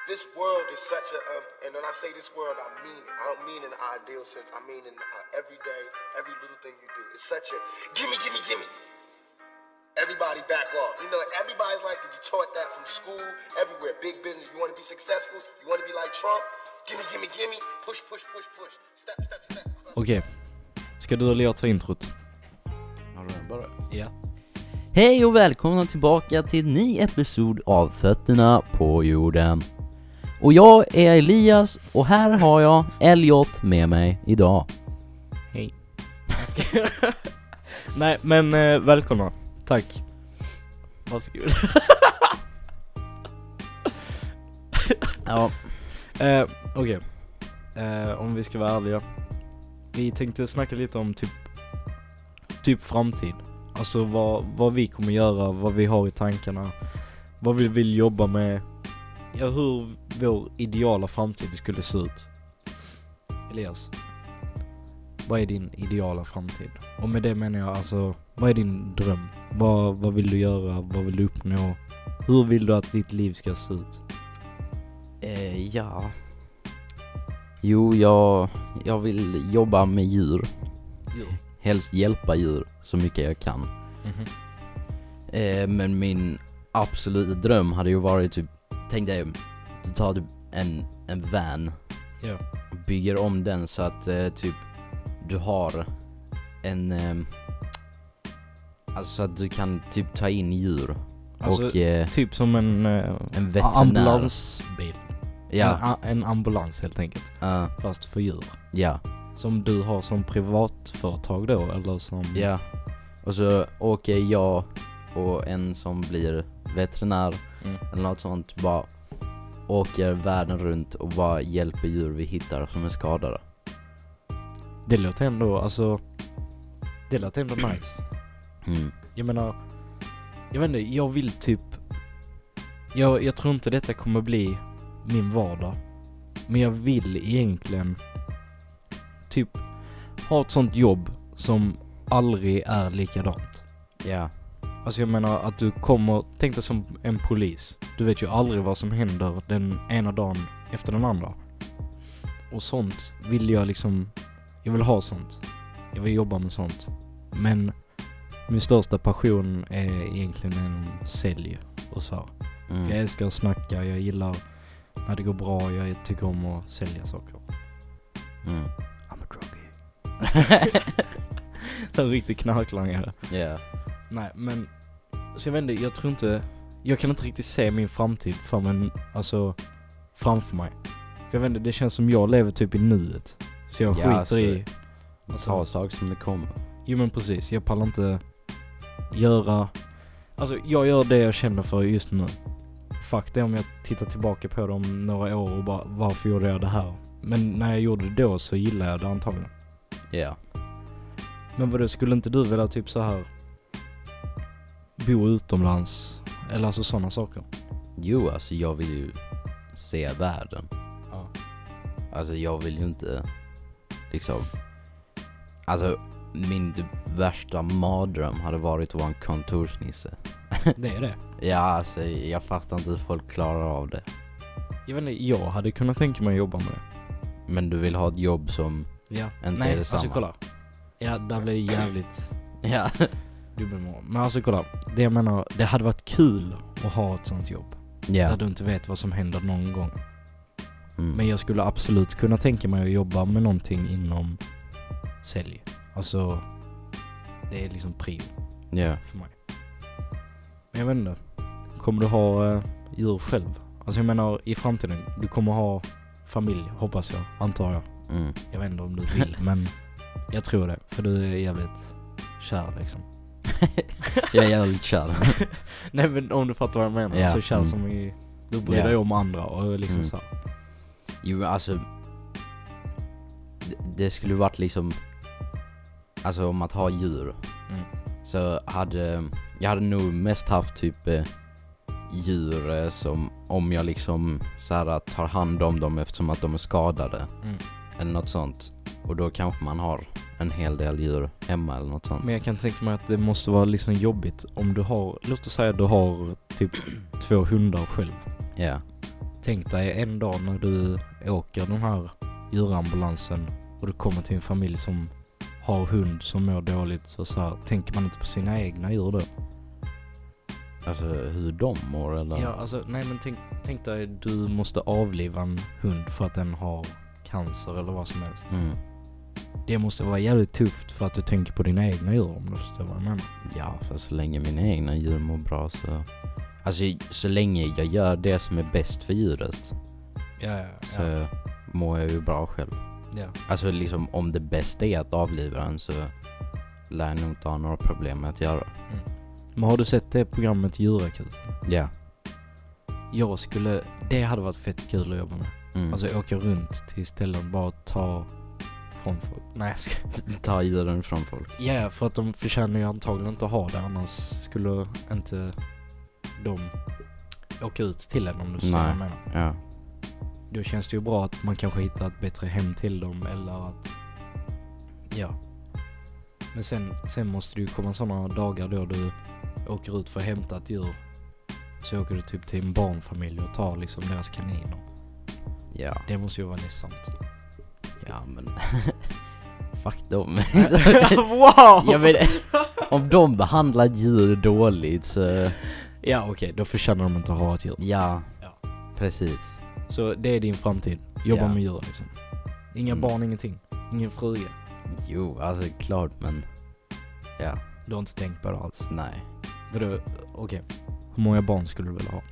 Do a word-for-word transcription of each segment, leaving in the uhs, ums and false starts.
this world is such a, um, and when I say this world, I mean it. I don't mean in an ideal sense. I mean in uh, every day, every little thing you do. It's such a, gimme, gimme, gimme. Everybody back off. You know, everybody's like, you taught that from school, everywhere. Big business. You want to be successful? You want to be like Trump? Gimme, gimme, gimme. Push, push, push, push. Step, step, step. Okej. Ska du eller jag ta introt? Har du börjat? Ja. Hej och välkomna tillbaka till en ny episod av Fötterna på jorden. Och jag är Elias och här har jag Elliot med mig idag. Hej. Nej, men eh, välkomna. Tack. Varsågod. Ja. eh, Okej. Okay. Eh, om vi ska vara ärliga. Vi tänkte snacka lite om typ typ framtid. Alltså vad, vad vi kommer göra, vad vi har i tankarna, vad vi vill jobba med. Ja, hur vår ideala framtid skulle se ut. Elias, vad är din ideala framtid? Och med det menar jag alltså, vad är din dröm? Vad, vad vill du göra? Vad vill du uppnå? Hur vill du att ditt liv ska se ut? Eh, ja. Jo, jag, jag vill jobba med djur. Jo. Helst hjälpa djur så mycket jag kan. Mm-hmm. Eh, men min absoluta dröm hade ju varit typ, tänk dig, du tar typ en, en van Ja. och bygger om den så att eh, typ du har en, eh, alltså så att du kan typ ta in djur. Alltså, och eh, typ som en, eh, en veterinär. ambulansbil. Ja. En, a- en ambulans helt enkelt. Uh, Fast för djur. ja. Som du har som privatföretag då, eller som... Ja. Och så åker jag och en som blir veterinär Mm. eller något sånt, bara åker världen runt och bara hjälper djur vi hittar som är skadade. Det låter ändå, alltså... Det låter ändå nice. Mm. Jag menar... Jag vet inte, jag vill typ... Jag, jag tror inte detta kommer bli min vardag. Men jag vill egentligen... Typ... Ha ett sånt jobb som aldrig är likadant. Ja. Alltså jag menar att du kommer... Tänk dig som en polis. Du vet ju aldrig vad som händer den ena dagen efter den andra. Och sånt vill jag liksom... Jag vill ha sånt. Jag vill jobba med sånt. Men min största passion är egentligen en sälj och så. Mm. För jag älskar att snacka, jag gillar när det går bra, jag tycker om att sälja saker. Mm. I'm a druggie. Så en riktig knarklangare. Ja. Nej, men så jag vet inte, jag tror inte, jag kan inte riktigt se min framtid för men, alltså, framför mig. För jag vet inte, det känns som jag lever typ i nuet. Så jag Ja, skiter alltså, i... Ta saker som det kommer. Jo men precis, jag pallar inte göra... Alltså jag gör det jag känner för just nu. Fuck det om jag tittar tillbaka på det om några år och bara, varför gjorde jag det här? Men när jag gjorde det då så gillade jag det antagligen. Ja. Men vad det skulle inte du vilja typ så här bo utomlands? Eller alltså sådana saker? Jo, alltså jag vill ju se världen. Ja. Alltså jag vill ju inte liksom... Alltså min typ värsta mardröm hade varit att vara en kontorsnisse. Det är det. Ja, alltså jag fattar inte hur folk klarar av det. Jag vet inte, jag hade kunnat tänka mig att jobba med det. Men du vill ha ett jobb som Ja. inte Nej, är detsamma. alltså kolla. Ja, där blir det jävligt Ja. dubbelmål. Men alltså kolla, det jag menar, det hade varit kul att ha ett sånt jobb. Ja. Där du inte vet vad som händer någon gång. Mm. Men jag skulle absolut kunna tänka mig att jobba med någonting inom sälj. Alltså, det är liksom prio Ja. för mig. Men jag vet inte, kommer du ha uh, djur själv? Alltså jag menar, i framtiden, du kommer ha familj, hoppas jag, antar jag. Mm. Jag vet inte om du vill, men jag tror det. För du är jävligt kär liksom. Jag är jävligt kär. Nej men om du fattar vad jag menar. Ja. Så kär Mm. som i... Du bryr Ja. dig om andra och liksom Mm. så här. Jo, alltså det, det skulle varit liksom, alltså om att ha djur. Mm. Så hade jag hade nog mest haft typ eh, djur eh, som om jag liksom så här tar hand om dem eftersom att de är skadade. Mm. Eller något sånt. Och då kanske man har en hel del djur hemma eller något sånt. Men jag kan tänka mig att det måste vara liksom jobbigt om du har, låt oss säga att du har typ två hundar själv. Ja. tänk dig en dag när du åker den här djurambulansen och du kommer till en familj som har hund som mår dåligt, så, så här, tänker man inte på sina egna djur då? Alltså hur de mår eller? Ja, alltså nej men tänk, tänk dig du måste avliva en hund för att den har cancer eller vad som helst. Mm. Det måste vara jävligt tufft för att du tänker på dina egna djur, om du förstår vad jag menar. Ja, för så länge mina egna djur mår bra så... Alltså så länge jag gör det som är bäst för djuret Ja, ja, så ja. mår jag ju bra själv. ja. Alltså liksom om det bästa är att avliva den så lär jag nog inte ha några problem med att göra. Mm. Men har du sett det programmet Djurakuten? Ja. Jag skulle, det hade varit fett kul att jobba med. Mm. Alltså åka runt till ställen och bara ta från folk. Nej, jag ska... ta djuren från folk. Ja, för att de förtjänar ju antagligen inte att ha det, annars skulle inte de åka ut till en, om du förstår vad jag menar. Ja. Då känns det ju bra att man kanske hittar ett bättre hem till dem, eller att ja. Men sen, sen måste det ju komma sådana dagar då du åker ut för att hämta ett djur, så åker du typ till en barnfamilj och tar liksom deras kaniner. Ja. Det måste ju vara ledsamt. Ja, men... Fuck dem. Wow! Jag vet, om de behandlar djur dåligt så... Ja, okej, okay, då förtjänar de inte att ha ett djur. Ja, Ja. Precis. Så det är din framtid. Jobba Ja. med djur liksom. Inga Mm. barn, ingenting. Ingen fruga. Jo, alltså klart, men... Ja, Du har inte tänkt på det alls. nej. Vadå, okej. Hur många barn skulle du vilja ha?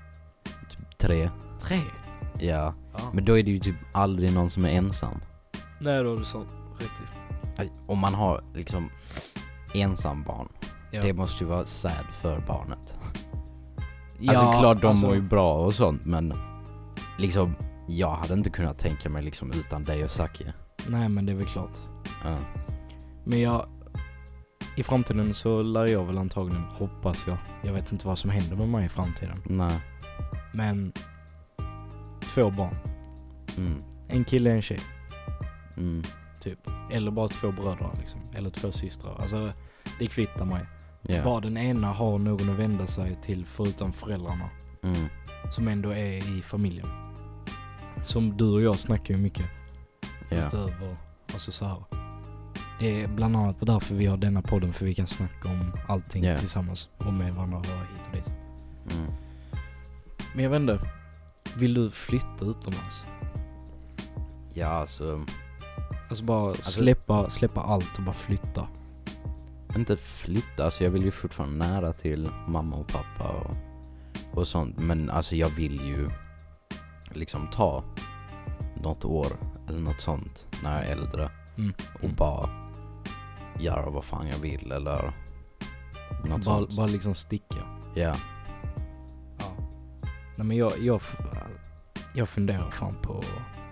Tre. Tre? Ja. Ja. Men då är det ju typ aldrig någon som är ensam. Nej, då har du så rätt i. Om man har liksom ensam barn. Ja. Det måste ju vara sad för barnet. Ja, Alltså klart de alltså- mår ju bra och sånt, men liksom jag hade inte kunnat tänka mig liksom utan dig och Saki. Nej, men det är väl klart. Ja. Men jag... I framtiden så lär jag väl antagligen, hoppas jag. Jag vet inte vad som händer med mig i framtiden. Nej. Men... Två barn. Mm. En kille och en tjej. Mm. Typ. Eller bara två bröder liksom. Eller två systrar. Alltså, det kvittar mig. Ja. Bara den ena har någon att vända sig till förutom föräldrarna. Mm. Som ändå är i familjen. Som du och jag snackar ju mycket. Ja. Utöver, alltså så här. Det är bland annat därför vi har denna podden, för vi kan snacka om allting Ja. tillsammans. Och med varandra och hit och dit. Mm. Men jag vet inte. Vill du flytta utomlands? Ja, alltså Alltså bara Alltså- släppa, släppa allt och bara flytta. inte flytta, alltså jag vill ju fortfarande nära till mamma och pappa och, och sånt, men alltså jag vill ju liksom ta något år eller något sånt när jag är äldre Mm. och bara göra vad fan jag vill eller något Bara, sånt. bara liksom sticka. Ja. Ja. Nej, men jag, jag, jag funderar fan på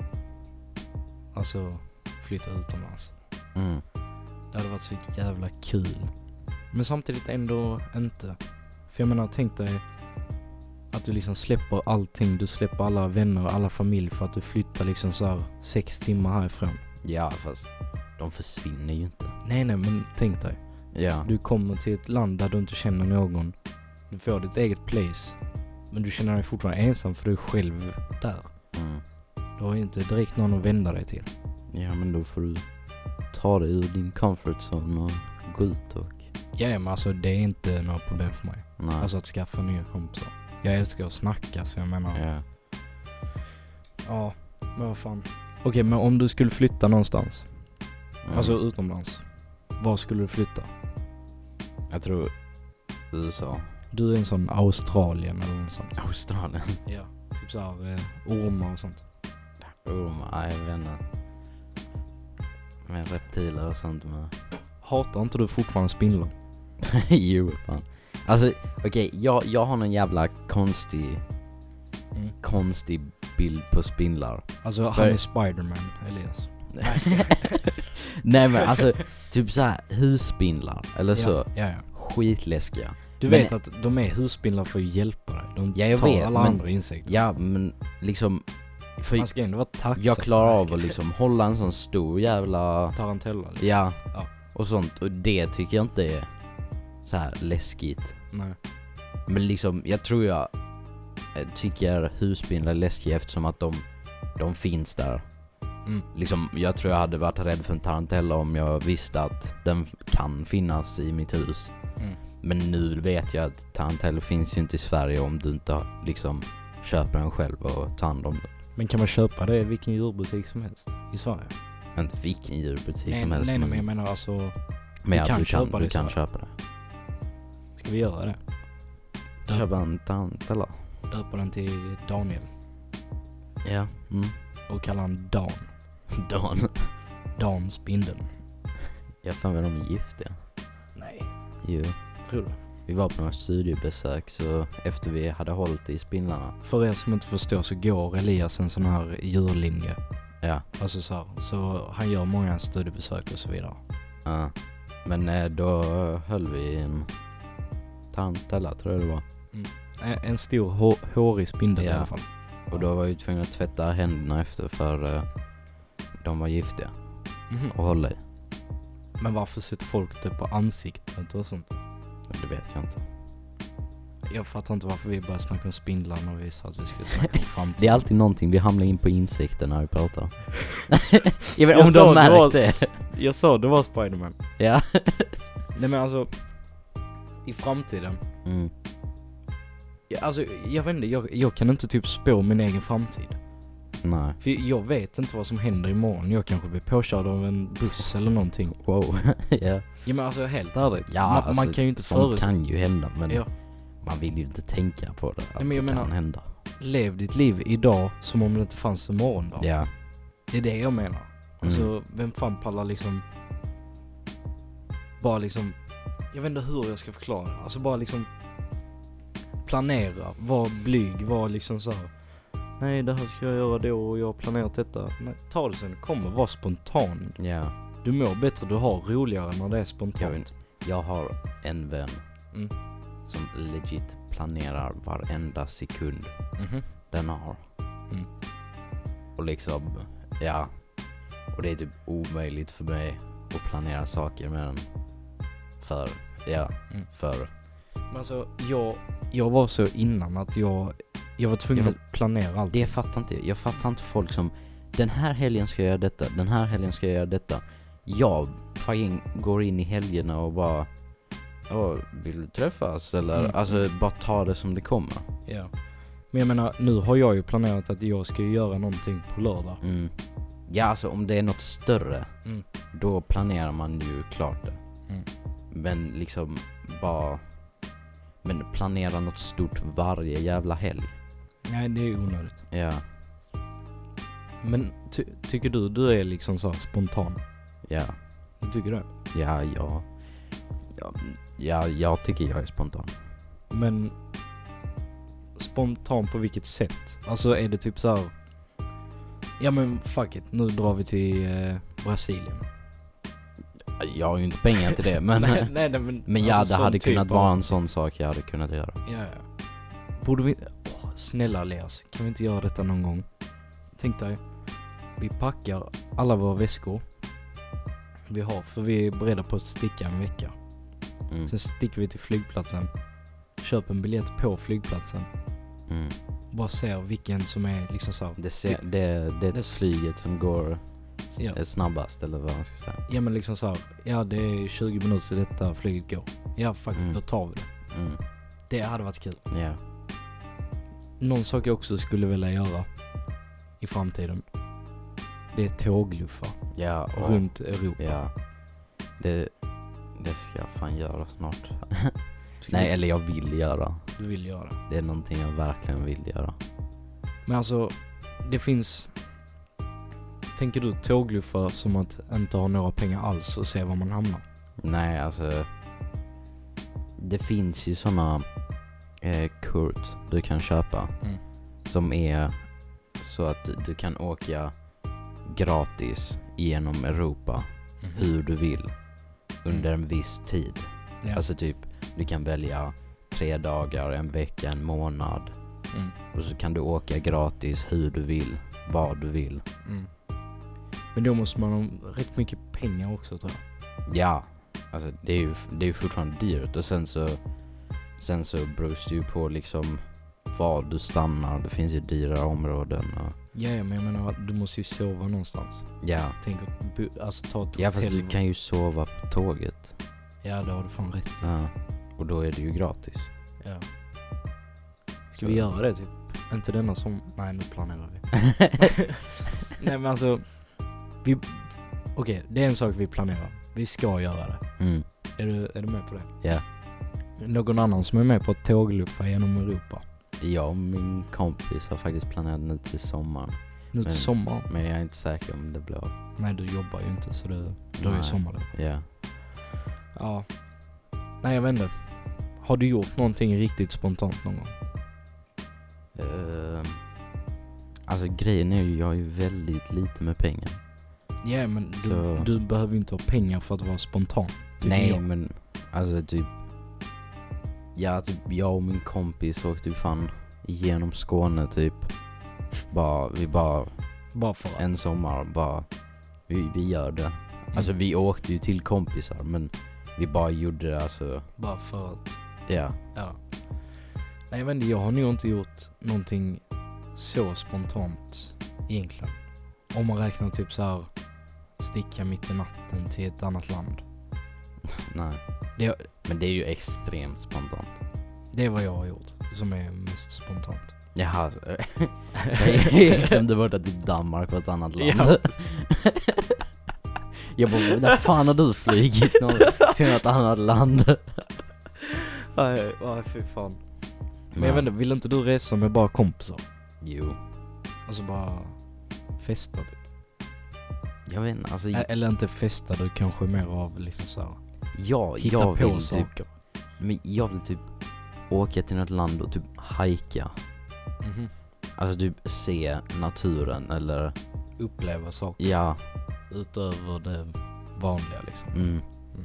alltså flytta utomlands. Mm. Det hade varit så jävla kul. Men samtidigt ändå inte. För jag menar, tänk dig att du liksom släpper allting. Du släpper alla vänner och alla familj för att du flyttar liksom så här sex timmar härifrån. Ja, fast de försvinner ju inte. Nej, nej, men tänk dig. Ja. Du kommer till ett land där du inte känner någon. Du får ditt eget place. Men du känner dig fortfarande ensam för du är själv där. Mm. Du har ju inte direkt någon att vända dig till. Ja, men då får du ta dig ur din comfort zone och gå ut och... Ja, men alltså det är inte några problem för mig. Nej. Alltså att skaffa nya kompisar. Jag älskar att snacka, så jag menar... Ja. Ja, men vad fan. Okej, men om du skulle flytta någonstans, Mm. alltså utomlands, var skulle du flytta? Jag tror U S A. Du är en sån Australien eller något sånt. Australien. Ja, typ så här eh, ormar och sånt. Oh, nej, jag vet inte. Med reptiler och sånt med. Hatar inte du fortfarande spindlar? Jo, fan. Alltså, okej, okay, jag, jag har någon jävla konstig, Mm. konstig bild på spindlar. Alltså han För- är Spider-Man, Elias. Nej, men alltså, typ så här husspindlar, eller så. Ja, ja, ja. Skitläskiga. Du Men- vet att de är husspindlar för att hjälpa dig. De Ja, jag tar vet, alla men- andra insekter. Ja, men liksom... För Man ska ändå vara tacksam. jag klarar Nej, av ska- att liksom hålla en sån stor jävla... Tarantella liksom. Ja, Ja. och sånt. Och det tycker jag inte är så här läskigt. Nej. Men liksom, jag tror jag... tycker husspindlar är läskiga eftersom att de, de finns där. Mm. Liksom, jag tror jag hade varit rädd för en tarantella om jag visste att den kan finnas i mitt hus. Mm. Men nu vet jag att taranteller finns ju inte i Sverige om du inte liksom köper den själv och tar hand om den. Men kan man köpa det i vilken djurbutik som helst i Sverige? Inte vilken djurbutik Nej, som helst. nej, men, men jag menar alltså... men kan du kan, köpa du det i kan Sverige. köpa det. Ska vi göra det? Döp, Köpa en tarantella. döpa den till Daniel. Ja. Mm. Och kalla han Dan. Dan. Dan spindeln. Jag fan vad de är giftiga. Nej. Jo. Tror du? Vi var på något studiebesök så efter vi hade hållit i spindlarna. För er som inte förstår så går Elias en sån här djurlinje. Ja. Alltså så här, så han gör många studiebesök och så vidare. Ja. Men eh, då höll vi en tarantella tror jag det var. En, en stor hå- hårig spindel Ja. i alla fall. Och då var vi tvungna att tvätta händerna efter för eh, de var giftiga Mhm. och hålla i. Men varför sätter folk det på ansiktet och sånt? Det vet jag inte. Jag fattar inte varför vi bara snackar om spindlar när vi sa att vi skulle snacka om framtiden. Det är alltid någonting vi hamnar in på insikter när vi pratar. Jag vet Jag om sa de det var- märkte det. Jag sa det var Spider-Man. Ja. Nej men alltså, i framtiden. Mm. Ja, alltså jag vet inte, jag, jag kan inte typ spå min egen framtid. Nej. För jag vet inte vad som händer imorgon. Jag kanske blir påkörd av en buss eller någonting. Wow. Ja. Ja men alltså helt ärligt. Ja, man, alltså, man kan ju inte sånt förutse. kan ju hända men Ja. man vill ju inte tänka på det. Att Nej, men jag det kan menar- hända. Lev ditt liv idag som om det inte fanns en morgondag. Ja. Det är det jag menar. Alltså Mm. vem fan pallar liksom bara liksom, jag vet inte hur jag ska förklara. Alltså bara liksom planera, var blyg, var liksom så här. Nej, det här ska jag göra då och jag har planerat detta. Nej, ta det sen, kommer, var spontan. Ja. Du mår bättre, du har roligare när det är Jag, spontant. vet, jag har en vän Mm. som legit planerar varenda sekund Mhm. den har. Mm. Och liksom, ja. Och det är typ omöjligt för mig att planera saker med den. För, ja, Mm. för. Men alltså, jag, jag var så innan att jag, jag var tvungen Jag att planera allt. Det jag fattar inte. Jag fattar inte folk som, den här helgen ska jag göra detta, den här helgen ska jag göra detta. Jag fucking går in i helgerna och bara, åh, vill du träffas? Eller, Mm. alltså bara ta det som det kommer. Ja. Men jag menar, nu har jag ju planerat att jag ska göra någonting på lördag. Mm. Ja, alltså om det är något större, Mm. då planerar man ju klart det. Mm. Men liksom bara, men planera något stort varje jävla helg. Nej, det är onödigt. Ja, Men ty- tycker du, du är liksom så här spontan? ja, Du tycker det? ja, ja. Ja, ja, jag tycker jag är spontan. Men spontan på vilket sätt? Alltså är det typ så här. Ja men fuck it, nu drar vi till eh, Brasilien. Jag har ju inte pengar till det, men nej, nej, nej, men men ja, alltså, det sån hade typ kunnat av- vara en sån sak jag hade kunnat göra. Ja, ja. Borde vi... Åh, snälla Elias, kan vi inte göra detta någon gång? Tänk dig, vi packar alla våra väskor vi har, för vi är beredda på att sticka en vecka. Mm. Sen sticker vi till flygplatsen, köper en biljett på flygplatsen Mm. och bara ser vilken som är liksom så här. Det, se, det, det är Det- flyget som går Ja, är snabbast, eller vad man ska säga. ja men liksom så här, ja det är tjugo minuter till detta flyget går. Ja fuck it, Mm. då tar vi det. Mm. Det hade varit kul. Ja. Någon sak jag också skulle vilja göra i framtiden, det är tågluffa Ja, och, runt Europa. ja. Det, det ska jag fan göra snart. Ska Nej, du- eller jag vill göra. Du vill göra det. Det är någonting jag verkligen vill göra. Men alltså, det finns... Tänker du tågluffa som att inte ha några pengar alls och se var man hamnar? Nej, alltså det finns ju såna eh, kort du kan köpa Mm. som är så att du kan åka gratis genom Europa hur du vill under en viss tid. Ja. Alltså typ, du kan välja tre dagar, en vecka, en månad. Mm. Och så kan du åka gratis hur du vill, vad du vill. Mm. Men då måste man ha rätt mycket pengar också, tror jag. Ja, alltså det är ju, det är ju fortfarande dyrt. Och sen så sen så beror det ju på liksom, var du stannar. Det finns ju dyra områden. Och... Ja, men jag menar, du måste ju sova någonstans. Ja. Tänk att bu- alltså, ta ett Ja, fast hotell. du kan ju sova på tåget. Ja, det har du fan rätt i. Ja. Och då är det ju gratis. Ja. Ska vi göra det typ? Inte denna som... Nej, nu planerar vi. Nej, men alltså... Vi... Okej, det är en sak vi planerar. Vi ska göra det. Mm. Är du, är du med på det? Ja. Någon annan som är med på att tågluffa genom Europa? Jag och min kompis har faktiskt planerat nu till sommaren. Nu till Men- sommar? Men jag är inte säker om det blir. Nej, du jobbar ju inte så det, du har ju Nej. sommar då. Ja. Ja. Nej, jag vet inte. Har du gjort någonting riktigt spontant någon gång? Uh, alltså grejen är ju, jag har ju väldigt lite med pengar. Ja, men du, Så- du behöver ju inte ha pengar för att vara spontan. tycker Nej, jag. men alltså typ... Ja, typ jag och min kompis åkte ju fan igenom Skåne typ. Bara, vi bara, Bara för att. en sommar, bara, vi, vi gör det. Alltså vi åkte ju till kompisar, men vi bara gjorde det alltså, Bara för att. ja. Ja. Nej, jag vet inte, jag har nog inte gjort någonting så spontant egentligen. Om man räknar typ så här sticka mitt i natten till ett annat land. Nej. Det, Men det är ju extremt spontant. det är vad jag har gjort som är mest spontant. Jaha, jag glömde bort att typ Danmark var ett annat land. Ja. Jag bara, när fan har du flygit någon, till ett annat land? Nej, nej fy fan. Men Nej. jag vet inte, vill inte du resa med bara kompisar? Jo, Alltså bara festa typ. jag vet inte, alltså Ä- Eller inte festa, du kanske mer av liksom så här. jag, Hitta jag på vill saker. typ, men jag vill typ åka till något land och typ hajka. Mhm. Alltså typ se naturen eller, Uppleva saker ja, utöver det vanliga liksom. mm,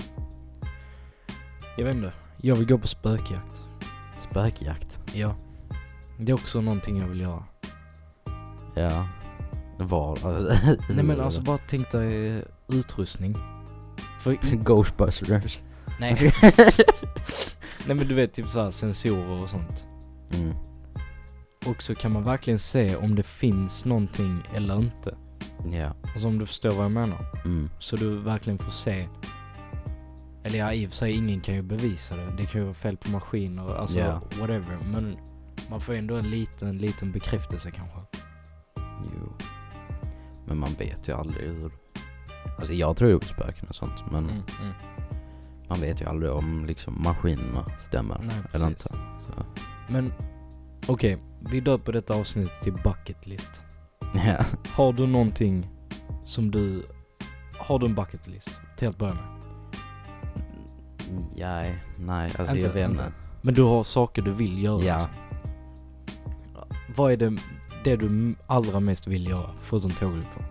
Jag vet inte, jag vill gå på spökjakt. spökjakt. Ja. Det är också någonting jag vill göra. Ja, var, alltså, Nej men alltså bara tänk dig eh, utrustning. För i- Ghostbusters. Nej. Nej men du vet typ så här sensorer och sånt. Mm. Och så kan man verkligen se om det finns någonting eller inte. Ja, Alltså om du förstår vad jag menar. mm. Så du verkligen får se. Eller ja, i och för sig ingen kan ju bevisa det. Det kan ju vara fel på maskiner, alltså Ja. whatever. Men man får ändå en liten, liten bekräftelse kanske. Jo. Men man vet ju aldrig hur. Alltså jag tror ju på spöken och sånt, men Mm, mm. man vet ju aldrig om liksom maskinerna stämmer Nej, eller precis. inte. Så. Men okej, vi döper detta avsnitt till bucket list. Ja. Har du någonting som du... Har du en bucket list till att börja med? Nej, nej, alltså Inte- jag vet inte. inte. Men du har saker du vill göra Ja. liksom. Vad är det, det du m- allra mest vill göra förutom tågluffar?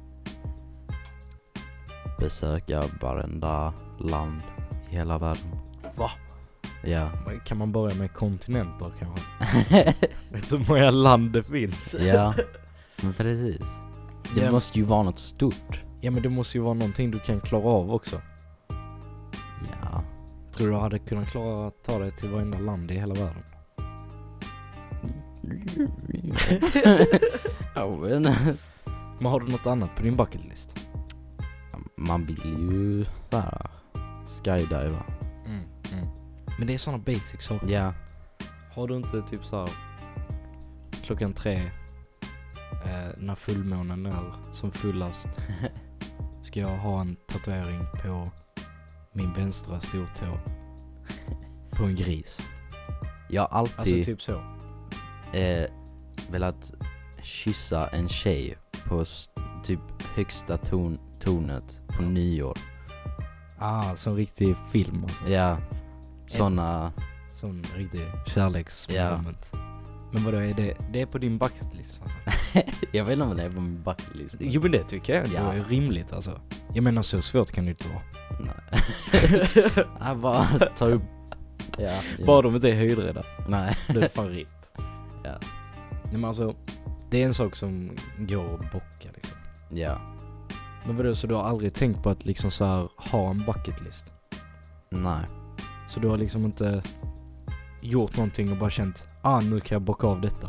Besöka varenda land i hela världen. Va? Ja. Kan man börja med kontinenter kanske? Vet du hur många land det finns? Ja, men precis. Det Ja. måste ju vara något stort. Ja men det måste ju vara någonting du kan klara av också. Ja. Tror du hade kunnat klara att ta dig till varenda land i hela världen? Jag vet inte. Men har du något annat på din bucket list? Man vill ju såhär skydiva. Mm, mm. Men det är såna basic saker. Ja. Har du inte typ så här klockan tre eh, när fullmånen är som fullast ska jag ha en tatuering på min vänstra stortå på en gris. Jag har alltid Alltså typ så. eh, velat kyssa en tjej på s- typ högsta ton, tonet på nyår. Ah, som riktig film alltså. Ja. Såna. Sån riktig kärleksmoment. Men vadå, är det, det är på din bucket list alltså? Jag vet inte om det är på min bucket list. Jo men det tycker jag Ja. det är rimligt alltså. Jag menar så svårt kan det inte vara. Nej. Jag bara tar upp. Ja. Bara de inte är höjdrädda. Nej. Det är fan rip. Ja. Nej men alltså, det är en sak som går att bocka liksom. Ja. Men vadå, så du har aldrig tänkt på att liksom så här ha en bucket list? Nej. Så du har liksom inte gjort någonting och bara känt, ah nu kan jag bocka av detta?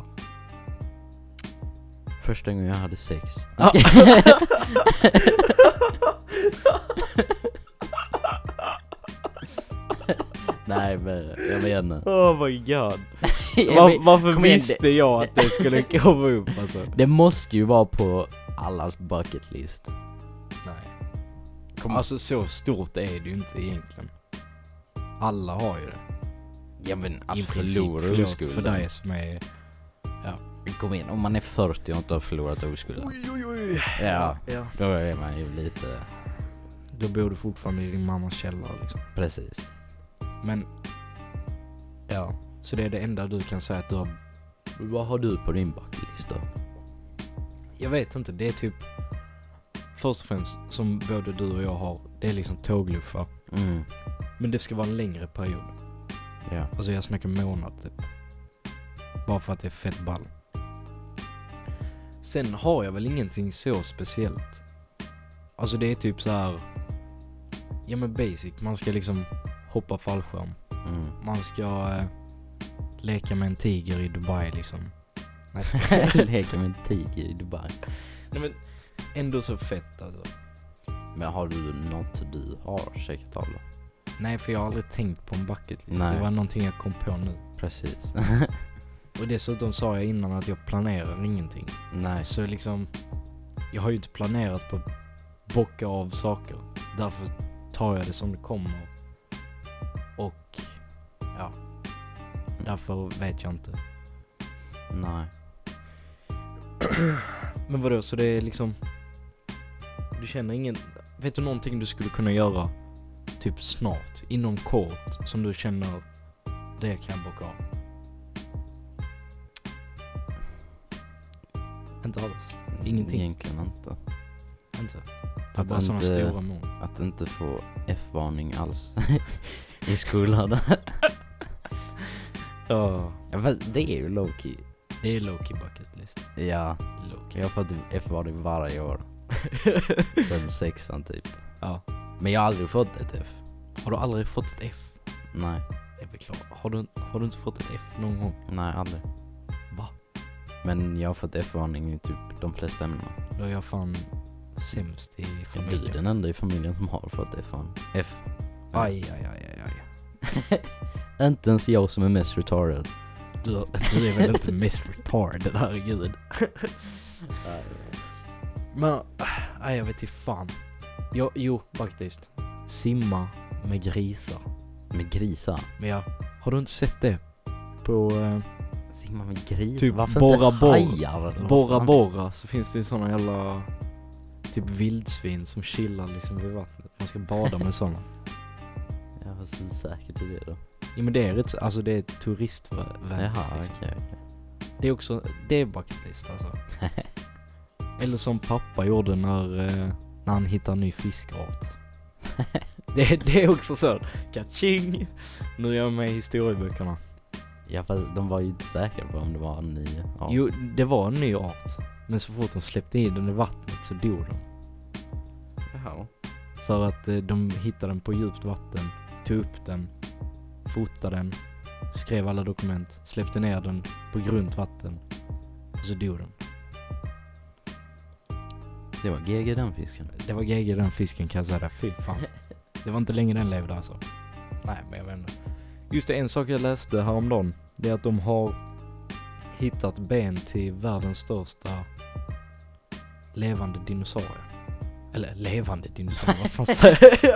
Första gången jag hade sex. Ah. Nej, men jag vet inte. Oh my god. Jag Var, vet- varför kom igen, visste jag att det skulle komma upp alltså? Det måste ju vara på allas bucket list. Nej. Kom. Alltså så stort är det ju inte egentligen. Alla har ju det. Ja, men att I princip, förlora förlåt oskulden. för dig som är... Kom igen, om man är fyrtio och inte har förlorat oskulden. Oj oj oj. Ja, Ja. då är man ju lite... Då bor du fortfarande i din mammas källare liksom. Precis. Men... Ja, så det är det enda du kan säga att du har... Vad har du på din bucket list då? Jag vet inte, det är typ... Först och främst, som både du och jag har, det är liksom tågluffar. Mm, Men det ska vara en längre period. ja. Alltså jag snackar månad typ. Bara för att det är fett ball. Sen har jag väl ingenting så speciellt. Alltså det är typ så här. Ja men basic, man ska liksom hoppa fallskärm. Mm. Man ska eh, leka med en tiger i Dubai liksom. Nej, Leka med en tiger i Dubai. Nej men ändå så fett alltså. Men har du något du har checkat av då? Nej, för jag har aldrig tänkt på en bucket list. Nej. Det var någonting jag kom på nu. Precis. Och dessutom sa jag innan att jag planerar ingenting. Nej. Så liksom, jag har ju inte planerat på att bocka av saker. Därför tar jag det som det kommer. Och ja, därför vet jag inte. Nej. Men vadå, så det är liksom, du känner ingen, vet du någonting du skulle kunna göra typ snart, inom kort, som du känner det kan jag bocka av? Inte alls. Ingenting. Egentligen inte. Inte. Det är Att bara sådana inte- stora mål. Att inte få F-varning alls i skolan. Ja, Ja, fast det är ju low-key. det är low-key bucket list. Ja, Low-key. jag har fått F-varning varje år. Sen sexan typ. Ja. Men jag har aldrig fått ett F. Har du aldrig fått ett F? Nej, Det är väl klart. Har du, har du inte fått ett F någon gång? nej aldrig. Va? Men jag har fått F-varning i typ de flesta ämnena. Då är jag fan sämst i Du är familjen. den enda i familjen som har fått F-varning. F. Aj, aj, aj, aj, aj. Inte ens jag som är mest retarded. Du, du är väl inte mest retarded, herregud. Men, nej jag vet inte fan. Jo, jo, faktiskt. Simma med grisar. Med grisar. Men ja, har du inte sett det? På eh, Simma med grisar? Typ Varför borra inte borr. hajar? eller vad Borra fan? Borra så finns det ju såna jävla typ vildsvin som chillar liksom vid vattnet. Man ska bada med såna. Jag var så säker till det då. Ja men det är rätt, alltså det är ett turistväg. Jaha, liksom. okej, okej. Det är också, det är bucket list alltså. Eller som pappa gjorde när, eh, när han hittade en ny fiskart. det, det är också så. Kaching! Nu är jag med i historieböckerna. Ja, fast de var ju inte säkra på om det var en ny art. Jo, det var en ny art. Men så fort de släppte in den i vattnet så dog de. Jaha. För att eh, de hittade den på djupt vatten, tog upp den, fotade den, skrev alla dokument, släppte ner den på grunt vatten och så dog den. Det var G G den fisken. Det var G G den fisken kan jag säga. Fy fan. Det var inte länge den levde alltså. Nej, men jag vet inte. Just det, en sak jag läste häromdagen, det är att de har hittat ben till världens största levande dinosaurie. Eller levande dinosaurie, vad fan säger jag?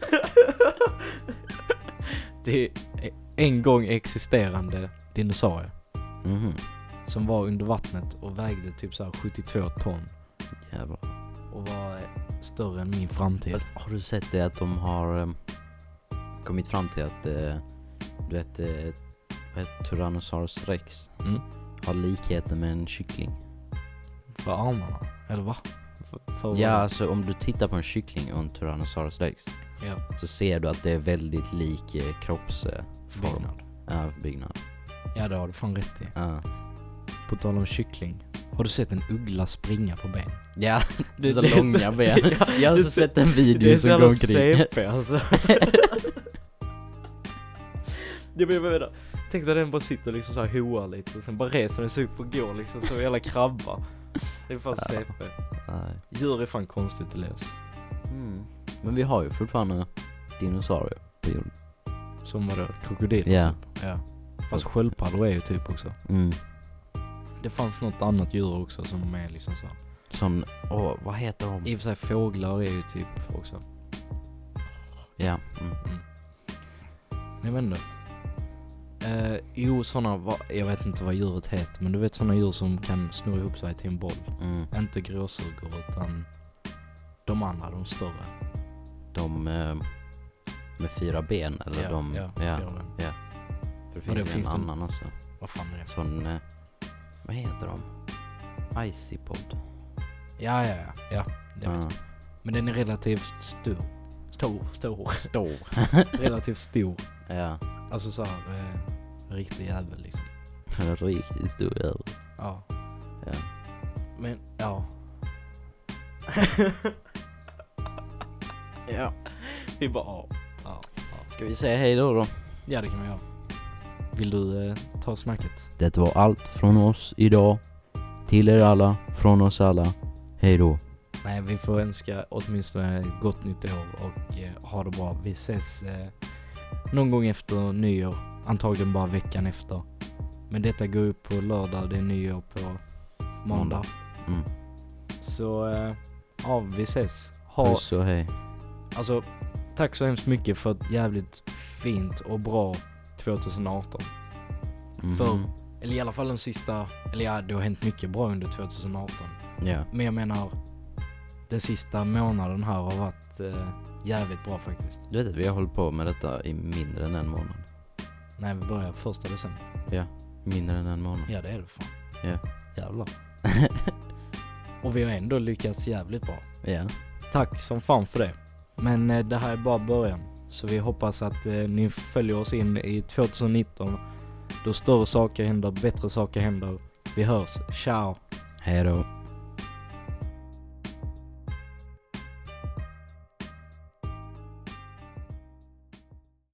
Det är en gång existerande dinosaurie Mhm. som var under vattnet och vägde typ så här sjuttiotvå ton Jävlar. och var eh, större än min framtid. Fast har du sett det att de har um, kommit fram till att uh, du vet, uh, vad heter Tyrannosaurus rex Mm. har likheter med en kyckling? För armarna, eller va? För, för Ja, alltså om du tittar på en kyckling och en Tyrannosaurus rex ja. så ser du att det är väldigt lik eh, kroppsform. Byggnad. Ja, byggnad. Ja, det har du fan rätt i. Ja. På tal om kyckling. Har du sett en uggla springa på ben? Ja, det är så Det- långa ben. Ja, Jag har det- så sett en video Det är så som går jävla omkring. C P alltså. Det blir bara. tänkte att den bara sitter liksom så här hoar lite och sen bara reser den sig upp och går liksom som en jävla krabba. Det är fan Ja. C P. Nej. Djur är fan konstigt att läsa. Mm. Men vi har ju fortfarande dinosaurier på jorden. Som var det? Krokodil? Ja. Ja. Fast sköldpaddor är ju typ också. Mm. Det fanns något annat djur också som är liksom så. Sån, åh, vad heter de? I och för sig fåglar är ju typ också. Ja. Mm. Mm. Jag vet inte. Eh, jo, såna, va, jag vet inte vad djuret heter, men du vet såna djur som kan snurra ihop sig till en boll. Mm. Inte gråsugor utan de andra, de större. De eh, med fyra ben eller Ja, de... ja, ja. fyra ben. ja. För det Och det finns finns en det- annan också. Vad fan är det? Sån, eh, vad heter de? Icipod. Ja, ja, ja. ja det vet Ja. jag. Men den är relativt stor. Stor, stor. Stor. relativt stor. Ja. Alltså så här, eh, riktig jävel liksom. En riktigt stor jävel. Ja. Ja. Men, ja. ja. Vi bara, ja. Ja, ja. Ska vi säga hej då då? Ja, det kan vi göra. Vill du eh, ta snacket? Det var allt från oss idag. Till er alla, från oss alla. Hej då. Nej, vi får önska åtminstone ett gott nytt år och eh, ha det bra. Vi ses eh, någon gång efter nyår. Antagligen bara veckan efter. Men detta går upp på lördag, det är nyår på måndag. Måndag. Mm. Så eh, ja, vi ses. Ha, Puss och hej. alltså, tack så hemskt mycket för ett jävligt fint och bra tjugoarton. Mhm. För, eller i alla fall den sista, eller ja, det har hänt mycket bra under tjugoarton. Ja. Men jag menar, den sista månaden här har varit eh, jävligt bra faktiskt. Du vet att vi har hållit på med detta i mindre än en månad. Nej, vi börjar första december. Ja, mindre än en månad. Ja, det är det fan. Ja. Jävlar. Och vi har ändå lyckats jävligt bra. Ja. Tack som fan för det. Men eh, det här är bara början. Så vi hoppas att eh, ni följer oss in i tjugonitton. Då större saker händer, bättre saker händer. Vi hörs. Ciao. Hej då.